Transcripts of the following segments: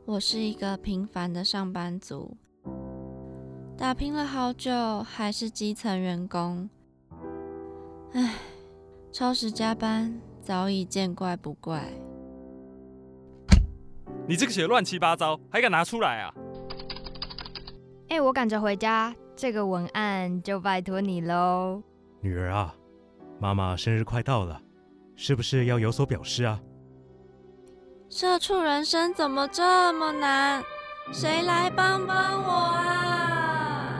我是一个平凡的上班族，打拼了好久，还是基层员工。唉，超时加班早已见怪不怪。 你这个写乱七八糟，还敢拿出来啊？ 我赶着回家，这个文案就拜托你喽。 女儿啊，妈妈生日快到了，是不是要有所表示啊？ 社畜人生怎么这么难？谁来帮帮我啊！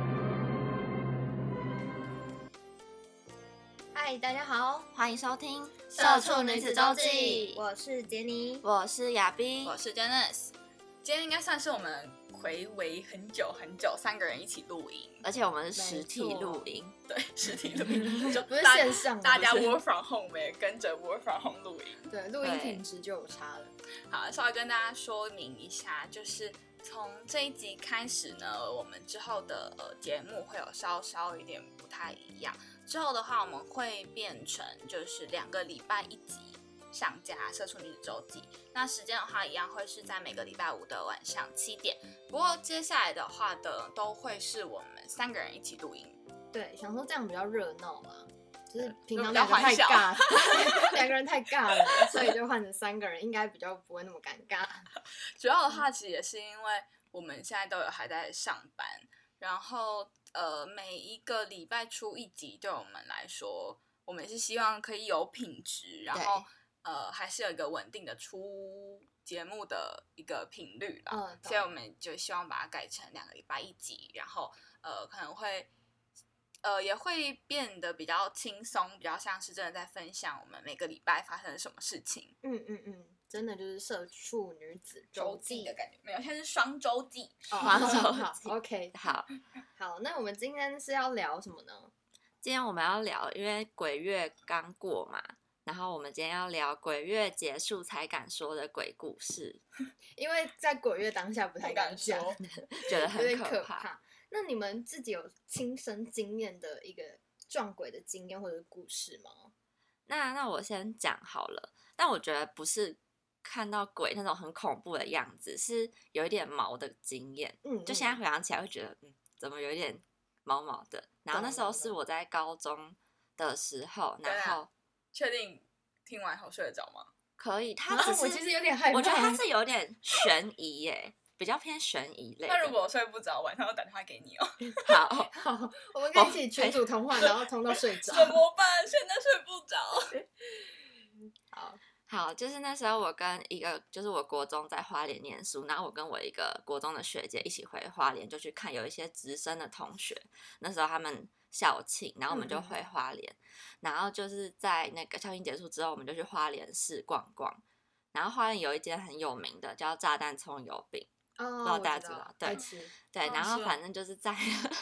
嗨，大家好， 欢迎收听《 社畜女子周记》， 我我是杰尼， 我是亚斌， 我是 Janice。今天应该算是我们睽违很久3个人一起录音， 而且我们是实体录音， 对，实体录音就不是线上的， 大家 work from home 我们也跟着 work from home 录音， 对，录音品质就有差了。 好，稍微跟大家说明一下，就是从这一集开始呢，我们之后的节目会有稍稍一点不太一样。之后的话，我们会变成就是2个礼拜一集上架《社畜女子周记》。那时间的话，一样会是在每个礼拜五的晚上7点。不过接下来的话的都会是我们3个人一起录音。 对，想说这样比较热闹嘛，就是平常比较 2个太欢笑尬，2个人太尬了，所以就换成3个人，应该比较不会那么尴尬。 主要的话，其实也是因为我们现在都有还在上班，然后每一个礼拜出一集，对我们来说，我们也是希望可以有品质，然后还是有一个稳定的出节目的一个频率啦。所以我们就希望把它改成2个礼拜一集，然后可能会也会变得比较轻松，比较像是真的在分享我们每个礼拜发生了什么事情。 真的就是社畜女子周记的感觉，没有，现在是双周记。 双周记。 OK， 好，那我们今天是要聊什么呢？ 今天我们要聊，因为鬼月刚过嘛，然后我们今天要聊鬼月结束才敢说的鬼故事， 因为在鬼月当下不太敢讲， 觉得很有点可怕。 那你们自己有亲身经验的一个撞鬼的经验或者故事吗？ 那我先讲好了，但我觉得不是看到鬼那种很恐怖的样子，是有一点毛的经验。就现在回想起来会觉得，怎么有一点毛毛的。然后那时候是我在高中的时候，然后确定听完后睡得着吗？ 可以，它我其实有点害怕， 我觉得它是有点悬疑耶，比较偏悬疑类的。 那如果我睡不着，晚上要打电话给你哦。 好，我们可以一起群组通话，然后通到睡着。 怎么办？现在睡不着。 好，就是那时候我跟一个，就是我国中在花莲念书，然后我跟我一个国中的学姐一起回花莲，就去看有一些直升的同学，那时候他们校庆，然后我们就回花莲，然后就是在那个校庆结束之后，我们就去花莲市逛逛，然后花莲有一间很有名的叫炸弹葱油饼，不知道大家知道？对，然后反正就是在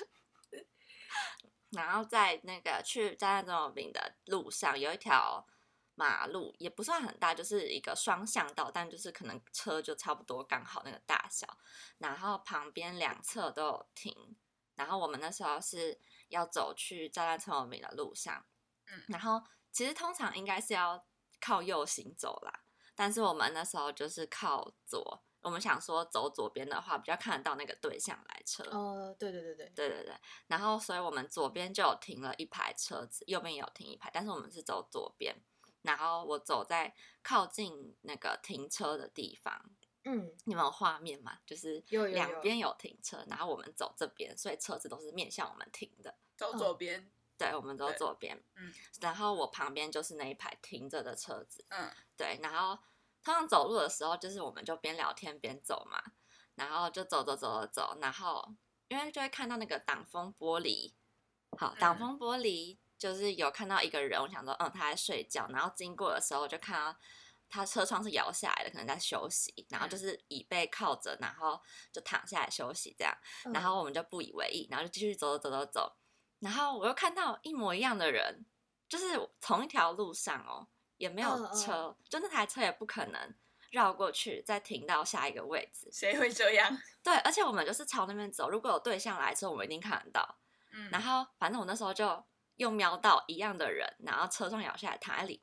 然后在那个去炸弹葱油饼的路上有一条马路，也不算很大，就是一个双向道，但就是可能车就差不多刚好那个大小，然后旁边2侧都有停，然后我们那时候是要走去炸弹葱油饼的路上，然后其实通常应该是要靠右行走啦，但是我们那时候就是靠左，我们想说走左边的话比较看得到那个对向来车。对，然后所以我们左边就有停了一排车子，右边也有停一排，但是我们是走左边，然后我走在靠近那个停车的地方。你们有画面吗？就是两边有停车，然后我们走这边，所以车子都是面向我们停的。 走左边。 对，我们走左边。然后我旁边就是那一排停着的车子。对，然后通常走路的时候，就是我们就边聊天边走嘛，然后就走，然后因为就会看到那个挡风玻璃，挡风玻璃就是有看到一个人，我想说，他在睡觉，然后经过的时候就看到他车窗是摇下来的，可能在休息，然后就是椅背靠着，然后就躺下来休息这样，然后我们就不以为意，然后就继续走，然后我又看到一模一样的人，就是同一条路上哦，也没有车，就那台车也不可能绕过去再停到下一个位置， 谁会这样？ 对，而且我们就是朝那边走，如果有对向来车，我们一定看得到。然后反正我那时候就又瞄到一样的人，然后车窗摇下来躺在里面，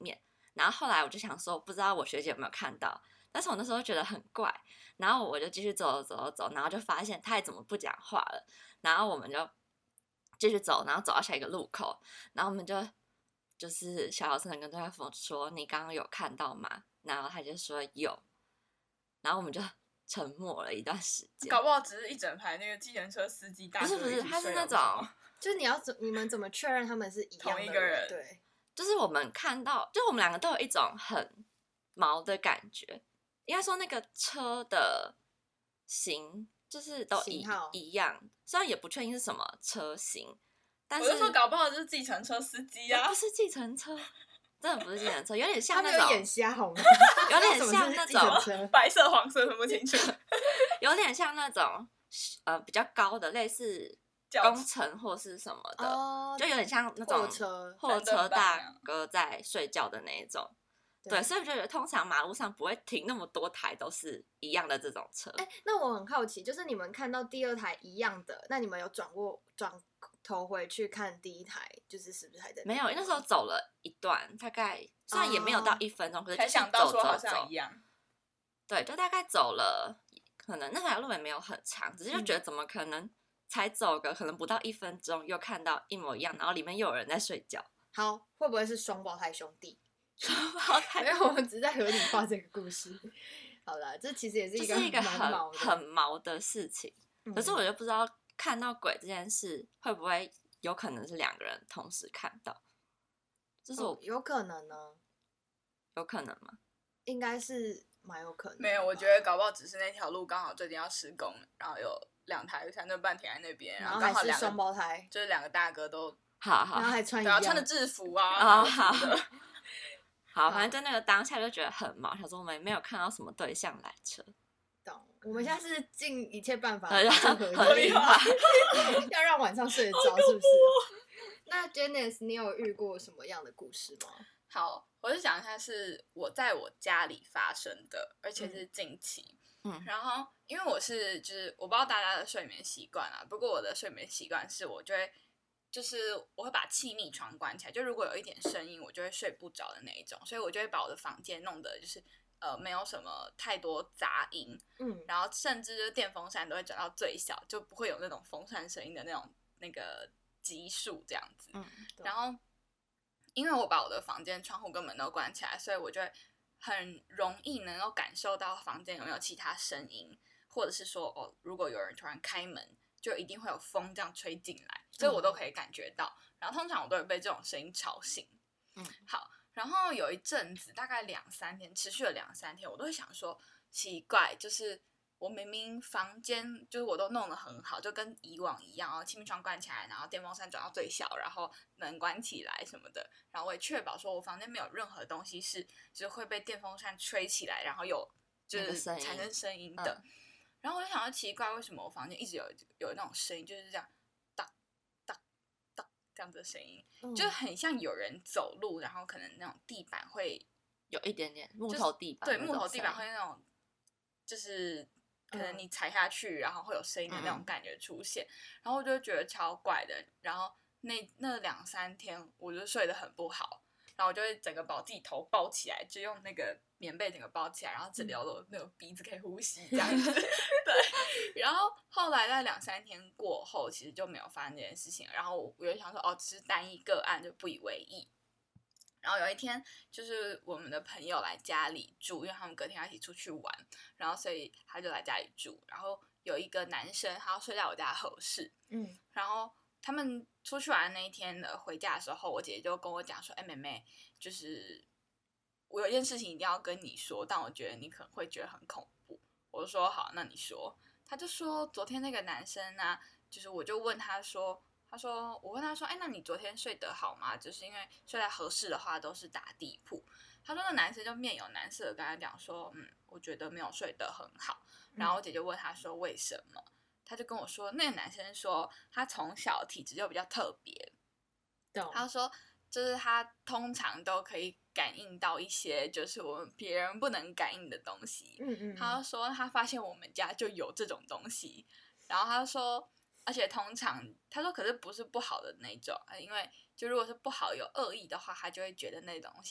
然后后来我就想说，不知道我学姐有没有看到，但是我那时候觉得很怪，然后我就继续走，然后就发现他也怎么不讲话了，然后我们就继续走，然后走到下一个路口，然后我们就是小声的跟对方说：“你刚刚有看到吗？”然后他就说有，然后我们就沉默了一段时间。 搞不好只是一整排那个计程车司机大哥不是， 一起他是那睡了不是吗种， 就是你们怎么确认他们是一样的同一个人对， 就是我们看到，就我们两个都有一种很毛的感觉，应该说那个车的型就是都型号一样，虽然也不确定是什么车型，但我是就说搞不好就是计程车司机啊不。是计程车，真的不是计程车，有点他像那种们有眼瞎好吗？ 有点知道什么是像那计程种车白色黄色分不清楚， 有点像那种比较高的，类似轿工程或是什么的， 哦， 就有点像那种货三车吨半大哥在睡觉的那一种。对，所以我就觉得通常马路上不会停那么多台都是一样的这种车。 哎，那我很好奇，就是你们看到第二台一样的，那你们有转头回去看第一台，就是是不是还在？ 没有，那时候走了一段，大概虽然也没有到哦 1分钟，可是才就是想到说好走走走像一，样。 对，就大概走了，可能那条路也没有很长，只是就觉得怎么可能才走个可能不到1分钟，又看到一模一样，然后里面又有人在睡觉。 好，会不会是双胞胎兄弟？ 好太没有，我们只是在合理化这个故事。好了，这其实也是就一个是一个蛮毛的， 很毛的事情。可是嗯我就不知道看到鬼这件事会不会有可能是2个人同时看到，就是我有可能呢， 有可能吗？ 应该是蛮有可能的吧。 没有，我觉得搞不好只是那条路刚好最近要施工，然后有2台3吨半停在那边， 然后刚好2 还是双个胞胎， 就是2个大哥都好好然后还穿一对啊样， 穿着制服啊， 哦， 然后好什么的好，反正在那个当下就觉得很毛，想说我们也没有看到什么对象来车， 懂。我们现在是尽一切办法对把这合理化要让晚上睡得着，是不是？那 Janice，你有遇过什么样的故事吗？ 好，我就讲一下是我在我家里发生的，而且是近期。然后因为我是就是我不知道大家的睡眠习惯啊，不过我的睡眠习惯是我就会就是我会把气密窗关起来，就如果有一点声音，我就会睡不着的那一种，所以我就会把我的房间弄得就是没有什么太多杂音，然后甚至就是电风扇都会转到最小，就不会有那种风扇声音的那个级数这样子。然后因为我把我的房间窗户跟门都关起来，所以我就会很容易能够感受到房间有没有其他声音，或者是说哦，如果有人突然开门，就一定会有风这样吹进来，这我都可以感觉到。然后通常我都会被这种声音吵醒。好，然后有一阵子大概2-3天，持续了2-3天，我都会想说奇怪，就是我明明房间就是我都弄得很好，就跟以往一样哦，气密窗关起来，然后电风扇转到最小，然后门关起来什么的，然后我也确保说我房间没有任何东西是就是会被电风扇吹起来，然后有就是产生声音的。然后我就想到奇怪，为什么我房间一直有那种声音，就是这样哒哒哒这样子的声音，就很像有人走路，然后可能那种地板会有一点点木头地板， 对，木头地板会那种就是可能你踩下去，然后会有声音的那种感觉出现，然后我就觉得超怪的。然后那2-3天我就睡得很不好，然后我就会整个把自己头包起来，就用那个棉被整个包起来，然后只留了那种鼻子可以呼吸这样子。对，然后后来在2-3天过后，其实就没有发生这件事情了。然后我就想说，哦，只是单一个案，就不以为意。然后有一天，就是我们的朋友来家里住，因为他们隔天要一起出去玩，然后所以他就来家里住。然后有一个男生，他要睡在我家的和室，然后他们出去玩的那一天回家的时候，我姐姐就跟我讲说：“哎，妹妹，就是我有一件事情一定要跟你说，但我觉得你可能会觉得很恐怖。”我就说：“好，那你说。”他就说：“昨天那个男生啊，就是我就问他说。”我问他说，哎，那你昨天睡得好吗？就是因为睡在和室的话都是打地铺。他说那男生就面有难色的跟他讲说，我觉得没有睡得很好。然后我姐就问他说为什么？他就跟我说，那个男生说他从小体质就比较特别，他说就是他通常都可以感应到一些就是我们别人不能感应的东西。他就说他发现我们家就有这种东西，然后他就说。而且通常他说，可是不是不好的那种，因为就如果是不好有恶意的话，他就会觉得那种东西是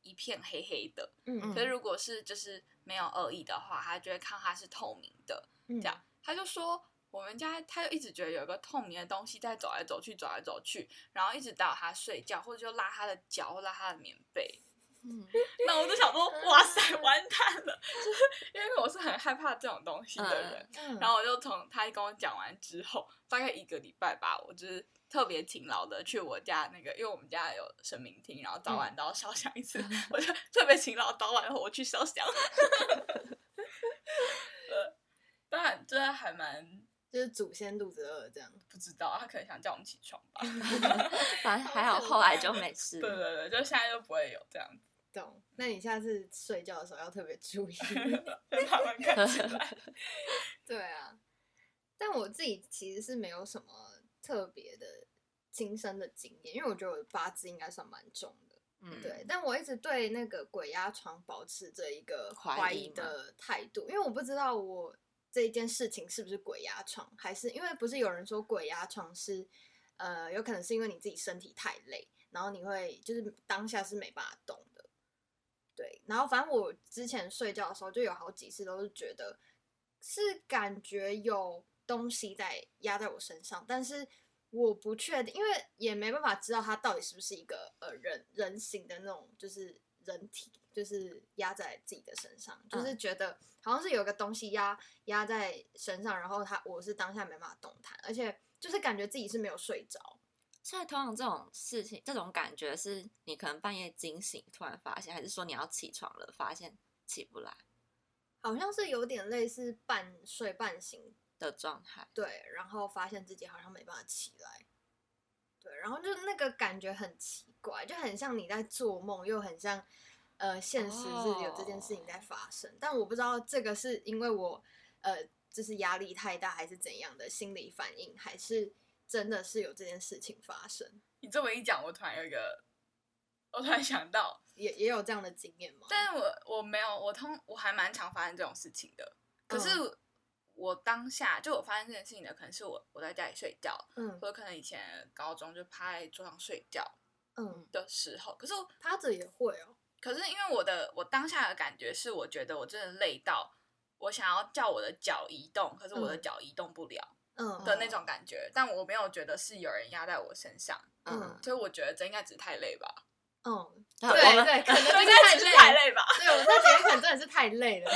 一片黑黑的。 嗯可是如果是就是没有恶意的话，他就会看它是透明的，这样他就说我们家他就一直觉得有一个透明的东西在走来走去，然后一直到他睡觉，或者就拉他的脚，或拉他的棉被。那我就想说，哇塞，完蛋了！就是因为我是很害怕这种东西的人，然后我就从他跟我讲完之后，大概1个礼拜吧，我就是特别勤劳的去我家那个，因为我们家有神明厅，然后早晚都要烧香一次，我就特别勤劳，早晚我去烧香。当然，这还蛮就是祖先肚子饿这样。 不知道，他可能想叫我们起床吧。 反正还好后来就没事。 对对对，就现在就不会有这样子。 懂？那你下次睡觉的时候要特别注意， 让他们看起来。 对啊，但我自己其实是没有什么特别的亲身的经验，因为我觉得我的八字应该算蛮重的。对，但我一直对那个鬼压床保持着一个怀疑的态度，因为我不知道我这一件事情是不是鬼压床，还是因为不是有人说鬼压床是有可能是因为你自己身体太累，然后你会就是当下是没办法动的。对，然后反正我之前睡觉的时候就有好几次都是觉得是感觉有东西在压在我身上，但是我不确定，因为也没办法知道它到底是不是一个人形的那种，就是人体，就是压在自己的身上，就是觉得好像是有个东西压在身上，然后我是当下没办法动弹，而且就是感觉自己是没有睡着。 所以通常这种事情，这种感觉是你可能半夜惊醒突然发现，还是说你要起床了发现起不来？ 好像是有点类似半睡半醒的状态。 对，然后发现自己好像没办法起来。对，然后就那个感觉很奇怪，就很像你在做梦，又很像现实是有这件事情在发生。但我不知道这个是因为我就是压力太大，还是怎样的心理反应，还是真的是有这件事情发生。 你这么一讲，我突然想到， 也有这样的经验吗？ 但是我没有，我还蛮常发生这种事情的。可是我当下就我发现这件事情的，可能是我在家里睡觉，或者可能以前高中就趴在桌上睡觉，的时候，可是趴着也会哦。 可是因为我当下的感觉是，我觉得我真的累到，我想要叫我的脚移动，可是我的脚移动不了。的那种感觉，但我没有觉得是有人压在我身上，所以我觉得这应该只是太累吧。 对对，可能应该只是太累吧。 对，我那几天可能真的是太累了。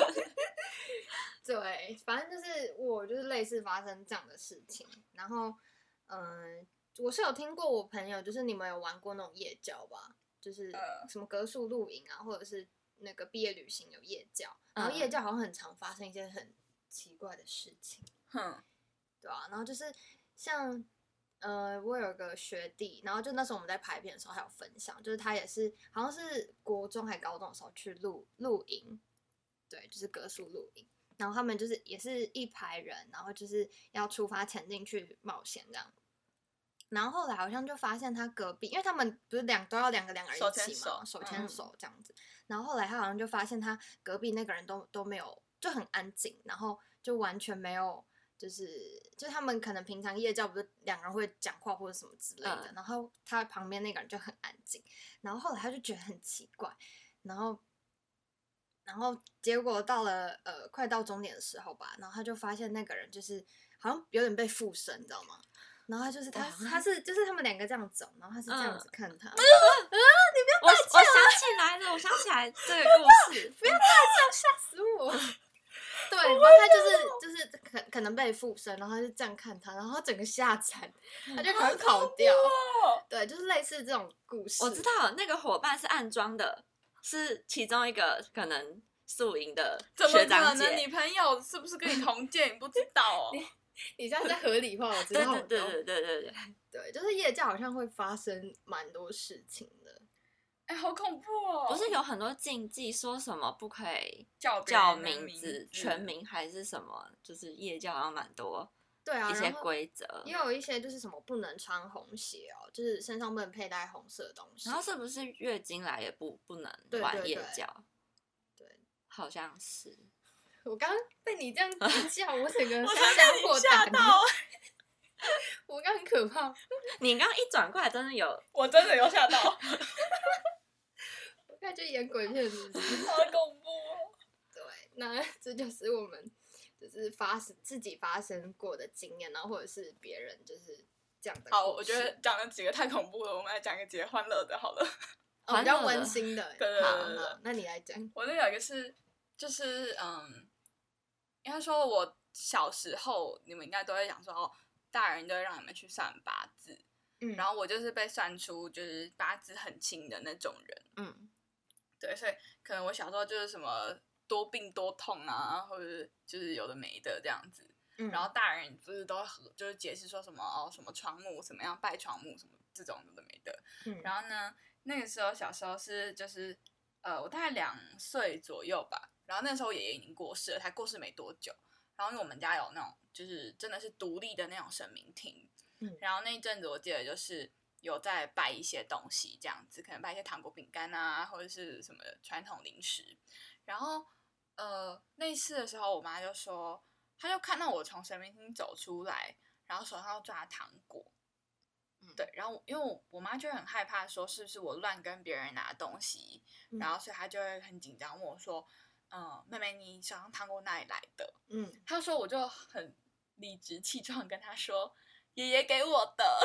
对，反正就是我就是类似发生这样的事情，然后我是有听过我朋友，就是你们有玩过那种夜教吧？就是什么格数露营啊，或者是那个毕业旅行有夜教，然后夜教好像很常发生一些很奇怪的事情。对啊，然后就是像我有个学弟，然后就那时候我们在排片的时候还有分享，就是他也是好像是国中还高中的时候去露营，对，就是格数露营，然后他们就是也是一排人，然后就是要出发前进去冒险这样。然后后来好像就发现他隔壁，因为他们不是都要两个人一起嘛，手牵手这样子。然后后来他好像就发现他隔壁那个人都没有，就很安静，然后就完全没有。就是他们可能平常夜教不是两个人会讲话或者什么之类的，然后他旁边那个人就很安静，然后后来他就觉得很奇怪，然后结果到了快到终点的时候吧，然后他就发现那个人就是好像有点被附身，你知道吗？然后他就是他是就是他们两个这样走，然后他是这样子看他。你不要我想起来了，我想起来这个故事， 不要大叫，吓死我！对，然后他就是可能被附身，然后他就这样看他，然后他整个吓惨，他就快跑掉。对，就是类似这种故事。 我知道那个伙伴是暗装的，是其中一个可能宿营的学长姐。 怎么可能？你朋友是不是跟你同届？你不知道哦。 你现在在合理化，我知道。对，就是夜教好像会发生蛮多事情的。 哎，好恐怖哦！ 不是有很多禁忌，说什么不可以叫名字、全名还是什么，就是夜教好像蛮多。 对啊， 一些规则也有一些就是什么不能穿红鞋哦，就是身上不能佩戴红色的东西。 然后是不是月经来也不能玩夜教？ 对， 好像是。 我刚刚被你这样叫，我整个吓到。 我刚很可怕。 你刚刚一转过来，真的有， 我真的有吓到。 要去演鬼片是不是？ 好恐怖哦！ 对，那这就是我们就是自己发生过的经验，然后或者是别人就是这样的故事。 好，我觉得讲了几个太恐怖了，我们来讲一个几个欢乐的好了。 比较温馨的。 对对对对对好，那你来讲。 我那有一个是，就是应该说我小时候你们应该都会讲说哦，大人都会让你们去算八字，然后我就是被算出就是八字很轻的那种人，对，所以可能我小时候就是什么多病多痛啊，或者就是有的没的这样子，然后大人不是都就是解释说什么哦什么床木什么样拜床木什么这种有的没的，然后呢那个时候小时候是就是我大概2岁左右吧，然后那时候爷爷已经过世了，才过世没多久，然后因为我们家有那种就是真的是独立的那种神明厅，然后那一阵子我记得就是有在拜一些东西这样子，可能拜一些糖果饼干啊，或者是什么传统零食。然后那一次的时候，我妈就说，她就看到我从神明厅走出来，然后手上抓糖果。对，然后因为我妈就很害怕，说是不是我乱跟别人拿东西，然后所以她就会很紧张问我说，妹妹你手上糖果哪里来的？她说我就很理直气壮跟她说，爷爷给我的。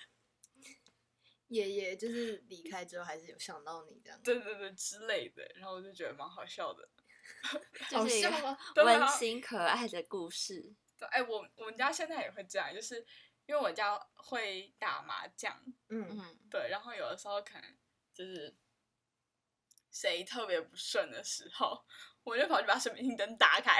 爷爷就是离开之后还是有想到你这样。 对对对之类的，然后我就觉得蛮好笑的。 就是一个好笑吗？ 温馨可爱的故事。 对，哎，我们家现在也会这样，就是因为我家会打麻将，对，然后有的时候可能就是谁特别不顺的时候，我就跑去把神明厅灯打开，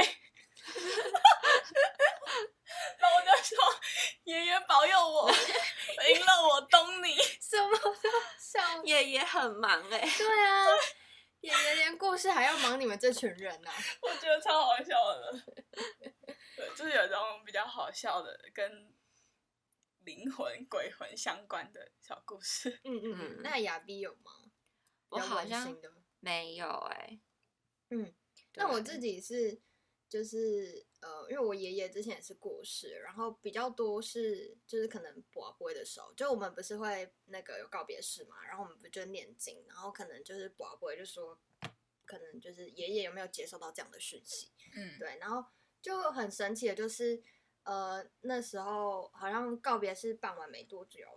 然后我就说：“爷爷保佑我，赢了我懂你。” 什么笑？ 爷爷很忙哎。 对啊，爷爷连故事还要忙你们这群人啊！ 我觉得超好笑的。对，就是有这种比较好笑的跟灵魂、鬼魂相关的小故事。 那亚逼有吗？ 我好像比较温馨的没有哎。 那我自己是就是因为我爷爷之前也是过世，然后比较多是就是可能跋杯的时候，就我们不是会那个有告别式嘛，然后我们不就念经，然后可能就是跋杯就说，可能就是爷爷有没有接收到这样的讯息，对，然后就很神奇的就是那时候好像告别式办完没多久，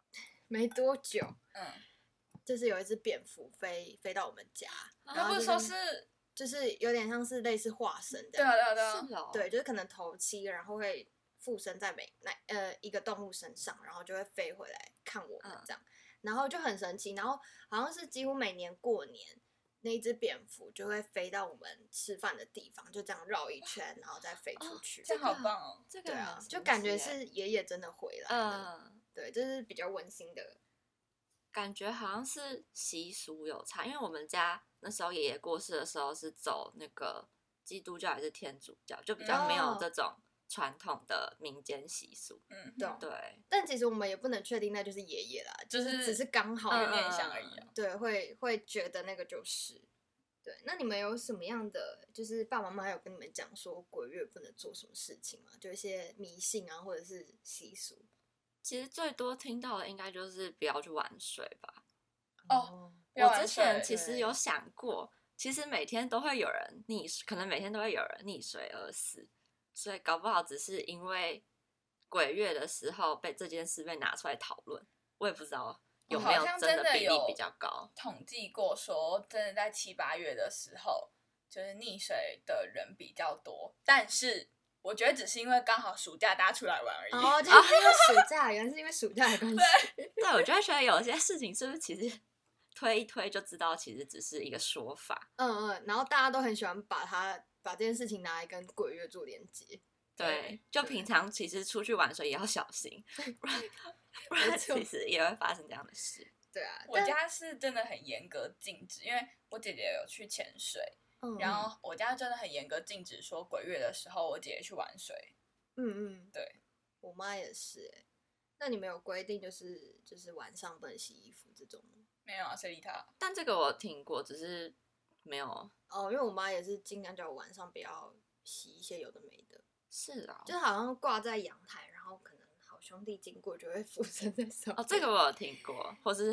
就是有一只蝙蝠飞到我们家，然后不是说是就是有点像是类似化身的， 对啊对啊对啊， 是哦。 对，就是可能头七，然后会附身在一个动物身上，然后就会飞回来看我们这样，然后就很神奇，然后好像是几乎每年过年，那一只蝙蝠就会飞到我们吃饭的地方，就这样绕一圈，然后再飞出去。 这样好棒哦！ 这个对啊， 很神就感觉奇耶是爷爷真的回来了。对，这是比较温馨的。 感觉好像是习俗有差，因为我们家那时候爷爷过世的时候是走那个基督教还是天主教，就比较没有这种传统的民间习俗。对。 但其实我们也不能确定那就是爷爷啦，就是只是刚好有念想而已啊。 对，会觉得那个就是。对，那你们有什么样的，就是爸爸妈妈有跟你们讲说鬼月不能做什么事情吗？就一些迷信啊，或者是习俗。 其实最多听到的应该就是不要去玩水吧。 我之前其实有想过，其实每天都会有人可能每天都会有人溺水而死，所以搞不好只是因为鬼月的时候这件事被拿出来讨论，我也不知道有没有真的比例比较高。 统计过说，真的在7、8月的时候，就是溺水的人比较多，但是我觉得只是因为刚好暑假大家出来玩而已。 就是因为暑假，原来是因为暑假的关系。 对，我就会觉得有些事情是不是其实推一推就知道，其实只是一个说法。 然后大家都很喜欢把这件事情拿来跟鬼月做连接。 对，就平常其实出去玩水也要小心，不然其实也会发生这样的事。 对啊， 我家是真的很严格禁止，因为我姐姐有去潜水。然后我家真的很严格禁止说鬼月的时候我姐姐去玩水。对， 我妈也是那你们有规定就是晚上不能洗衣服这种吗？ 没有啊，谁理他？ 但这个我听过，只是没有。 因为我妈也是尽量叫我晚上不要洗一些有的没的。 是啊， 就好像挂在阳台，然后可能好兄弟经过就会附身在上面。 这个我有听过，或是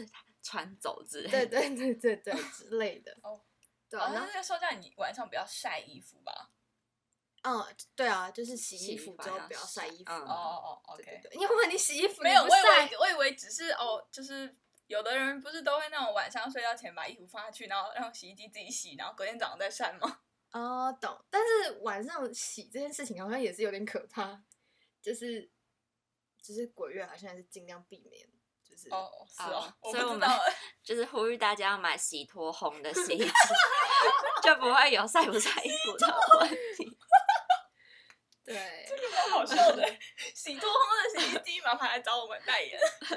穿走之类对的。 对之类的。 哦， 对啊，然后那个时候叫你晚上不要晒衣服吧？ 对啊，就是洗衣服之后不要洗晒衣服。 OK。 对，因为你洗衣服没有， 你不晒， 我以为只是就是有的人不是都会那种晚上睡觉前把衣服放下去，然后让洗衣机自己洗，然后隔天早上再晒吗？ 懂。但是晚上洗这件事情好像也是有点可怕，就是鬼月好像还是尽量避免，就是是哦，我不所以我们知道。 就是呼吁大家要买洗脱烘的洗衣机，就不会有晒不晒衣服的问题。 对， 这个蛮好笑的，洗脱烘的洗衣机，麻烦来找我们代言。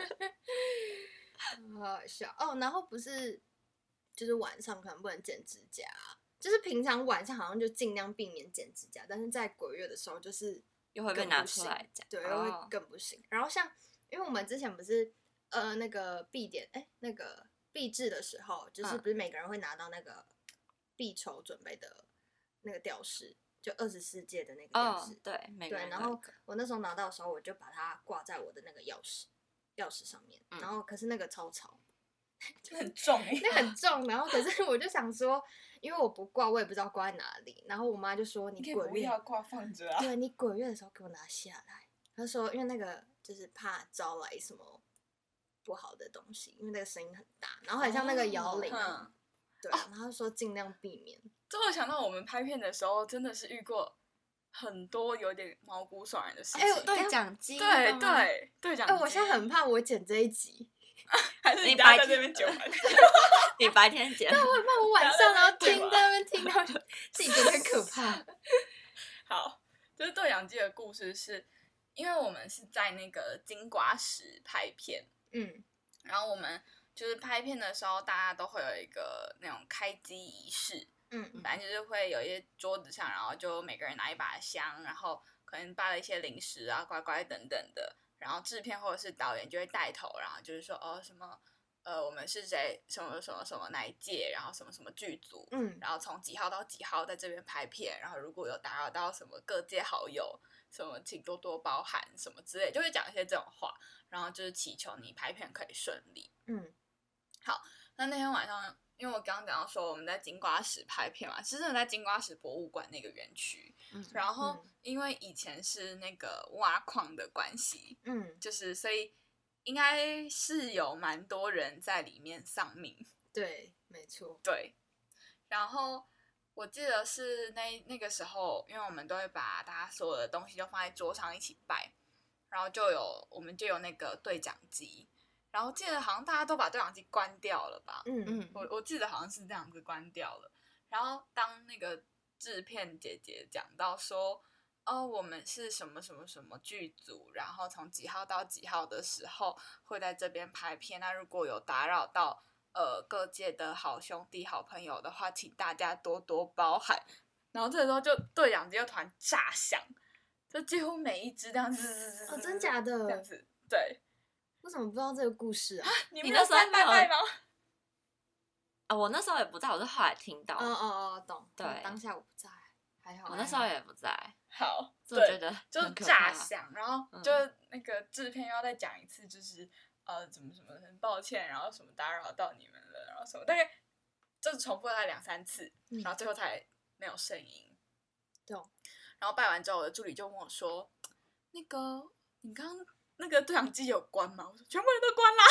很好笑哦。然后不是就是晚上可能不能剪指甲，就是平常晚上好像就尽量避免剪指甲，但是在鬼月的时候就是又会被拿出来讲， 对，又会更不行。然后像因为我们之前不是那个闭点那个闭制的时候，就是不是每个人会拿到那个闭筹准备的那个吊饰，就24届的那个吊饰， 对，每个人然后我那时候拿到的时候，我就把它挂在我的那个钥匙上面，然后可是那个超潮， 就很重那很重，然后可是我就想说，因为我不挂，我也不知道挂在哪里，然后我妈就说你鬼月不要挂放着啊， 对你鬼月的时候给我拿下来，她说因为那个就是怕招来什么不好的东西，因为那个声音很大，然后很像那个摇铃对，然后说尽量避免。 这我想到我们拍片的时候，真的是遇过很多有点毛骨悚然的事情。 对讲机， 对讲机。 我现在很怕我剪这一集， 还是你待在这边剪完？ 你白天剪， 对，我很怕我晚上然后听在那边听到自己觉得很可怕。 好，就是对讲机的故事是，因为我们是在那个金瓜石拍片，然后我们就是拍片的时候，大家都会有一个那种开机仪式，反正就是会有一些桌子上，然后就每个人拿一把香，然后可能摆了一些零食啊、乖乖等等的，然后制片或者是导演就会带头，然后就是说什么我们是谁什么什么什么哪一届，然后什么什么剧组，然后从几号到几号在这边拍片，然后如果有打扰到什么各界好友，什么请多多包涵什么之类，就会讲一些这种话，然后就是祈求你拍片可以顺利。好，那天晚上，因为我刚刚讲到说我们在金瓜石拍片嘛，是真的在金瓜石博物馆那个园区，然后因为以前是那个挖矿的关系，就是所以应该是有蛮多人在里面丧命。 对，没错。 对，然后我记得是那个时候，因为我们都会把大家所有的东西都放在桌上一起摆，然后我们就有那个对讲机。然后记得好像大家都把对讲机关掉了吧？我记得好像是这样子关掉了。然后当那个制片姐姐讲到说，我们是什么什么什么剧组，然后从几号到几号的时候会在这边拍片。那如果有打扰到各界的好兄弟好朋友的话，请大家多多包涵。然后这个时候就对讲机就突然炸响，就几乎每一只这样子真假的这样子，对。 我怎么不知道这个故事啊？ 你那时候在拜吗？ 我那时候也不在，我是后来听到。 懂。 对， 当下我不在，还好。 我那时候也不在。 好， 我觉得就炸响，然后就那个制片又要再讲一次，就是怎么什么很抱歉，然后什么打扰到你们了，然后什么大概就是重复了2-3次，然后最后才没有声音。 对。 然后拜完之后，我的助理就问我说：“那个你刚刚那个对讲机有关吗？”我说：“全部人都关啦。”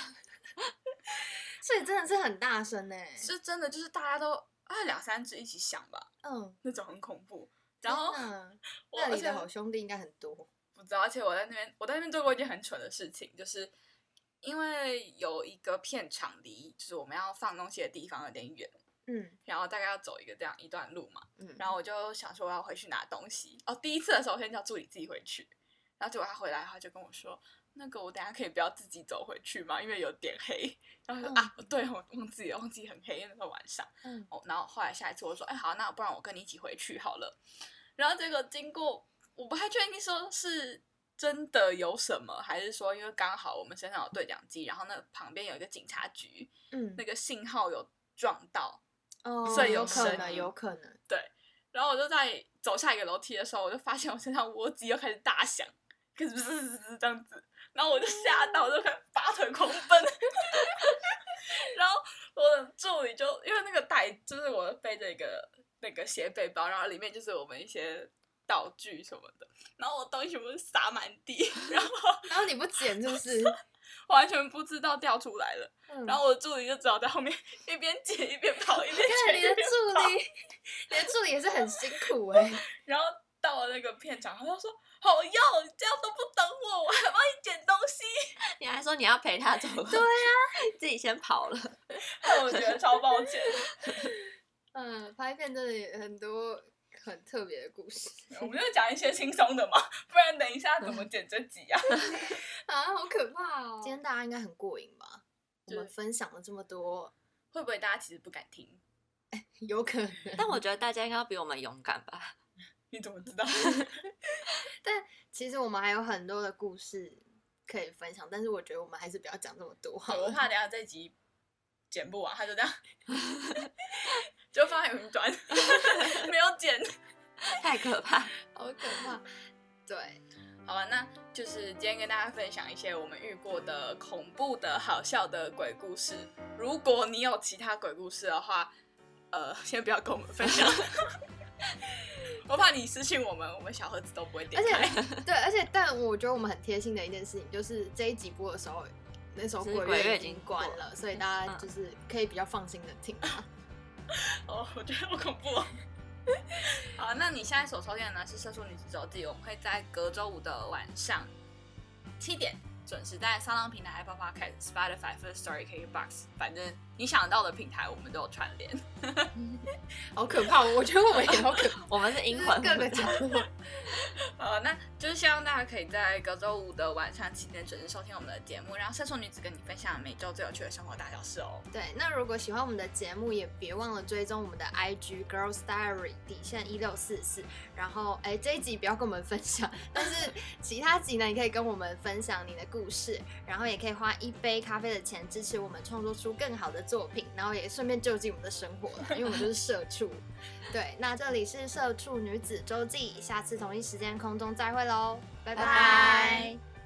所以真的是很大声是真的，就是大家都2-3只一起响吧，那种很恐怖。然后那里的好兄弟应该很多， 不知道。而且我在那边做过一件很蠢的事情，就是因为有一个片场离就是我们要放东西的地方有点远，然后大概要走一段路嘛，然后我就想说我要回去拿东西。第一次的时候我先叫助理自己回去，然后结果他回来他就跟我说，那个我等一下可以不要自己走回去吗？因为有点黑。然后说对，我忘记很黑，因为那时候晚上。然后后来下一次我说，好，那不然我跟你一起回去好了。然后结果经过，我不太确定说是真的有什么，还是说因为刚好我们身上有对讲机，然后那旁边有一个警察局，那个信号有撞到，所以有声音， 有可能。 对。然后我就在走下一个楼梯的时候，我就发现我身上窝机又开始大响，开始这样子，然后我就吓到，我就开始拔腿狂奔。 然后我的助理就因为那个袋就是我背着一个那个斜背包，然后里面就是我们一些道具什么的，然后我东西全部撒满地， 然后你不捡是不是？ 完全不知道掉出来了。然后我的助理就只好在后面一边捡一边跑，一边看捡你的助理，你的助理也是很辛苦哎、 然后到了那个片场，他就说：“好哟，你这样都不等我，我还帮你捡东西。 你还说你要陪他走路，对自己先跑了。” 我觉得超抱歉。 拍片真的有很多很特别的故事我们就讲一些轻松的嘛，不然等一下怎么剪这集啊？ 啊，好可怕哦！今天大家应该很过瘾吧？我就是们分享了这么多， 会不会大家其实不敢听？ 有可能。 但我觉得大家应该要比我们勇敢吧。 你怎么知道？ 但其实我们还有很多的故事可以分享，但是我觉得我们还是不要讲这么多好了。 我怕等一下这集剪不完，他就这样就放在云端，没有剪。 太可怕。 好可怕。对， 好吧，那就是今天跟大家分享一些我们遇过的恐怖的好笑的鬼故事。如果你有其他鬼故事的话，先不要跟我们分享。我怕你私信我们小盒子都不会点开。 但我觉得我们很贴心的一件事情，就是这一集播的时候，那时候是鬼鬼月已经月已经关了，所以大家就是可以比较放心的听。 哦，我觉得好恐怖哦。好，那你现在所收听的呢是《社畜女子周记》，我们会在隔周五的晚上7点准时在SoundOn平台、Apple Podcast、Spotify、Firstory、KKBox， 反正你想到的平台我们都有串联。 好可怕！我觉得我们也好可怕， 我们是阴魂， 各个角落。 那就是希望大家可以在隔周五的晚上7点准时收听我们的节目，让社畜女子跟你分享每周最有趣的生活大小事哦。 对，那如果喜欢我们的节目，也别忘了追踪我们的 IG Girls Diary _1644。然后，这一集不要跟我们分享，但是其他集呢，你可以跟我们分享你的故事，然后也可以花1杯咖啡的钱支持我们创作出更好的作品，然后也顺便救济我们的生活了，因为我们就是社畜。对，那这里是社畜女子周记，下次同一时间空中再会喽，拜拜拜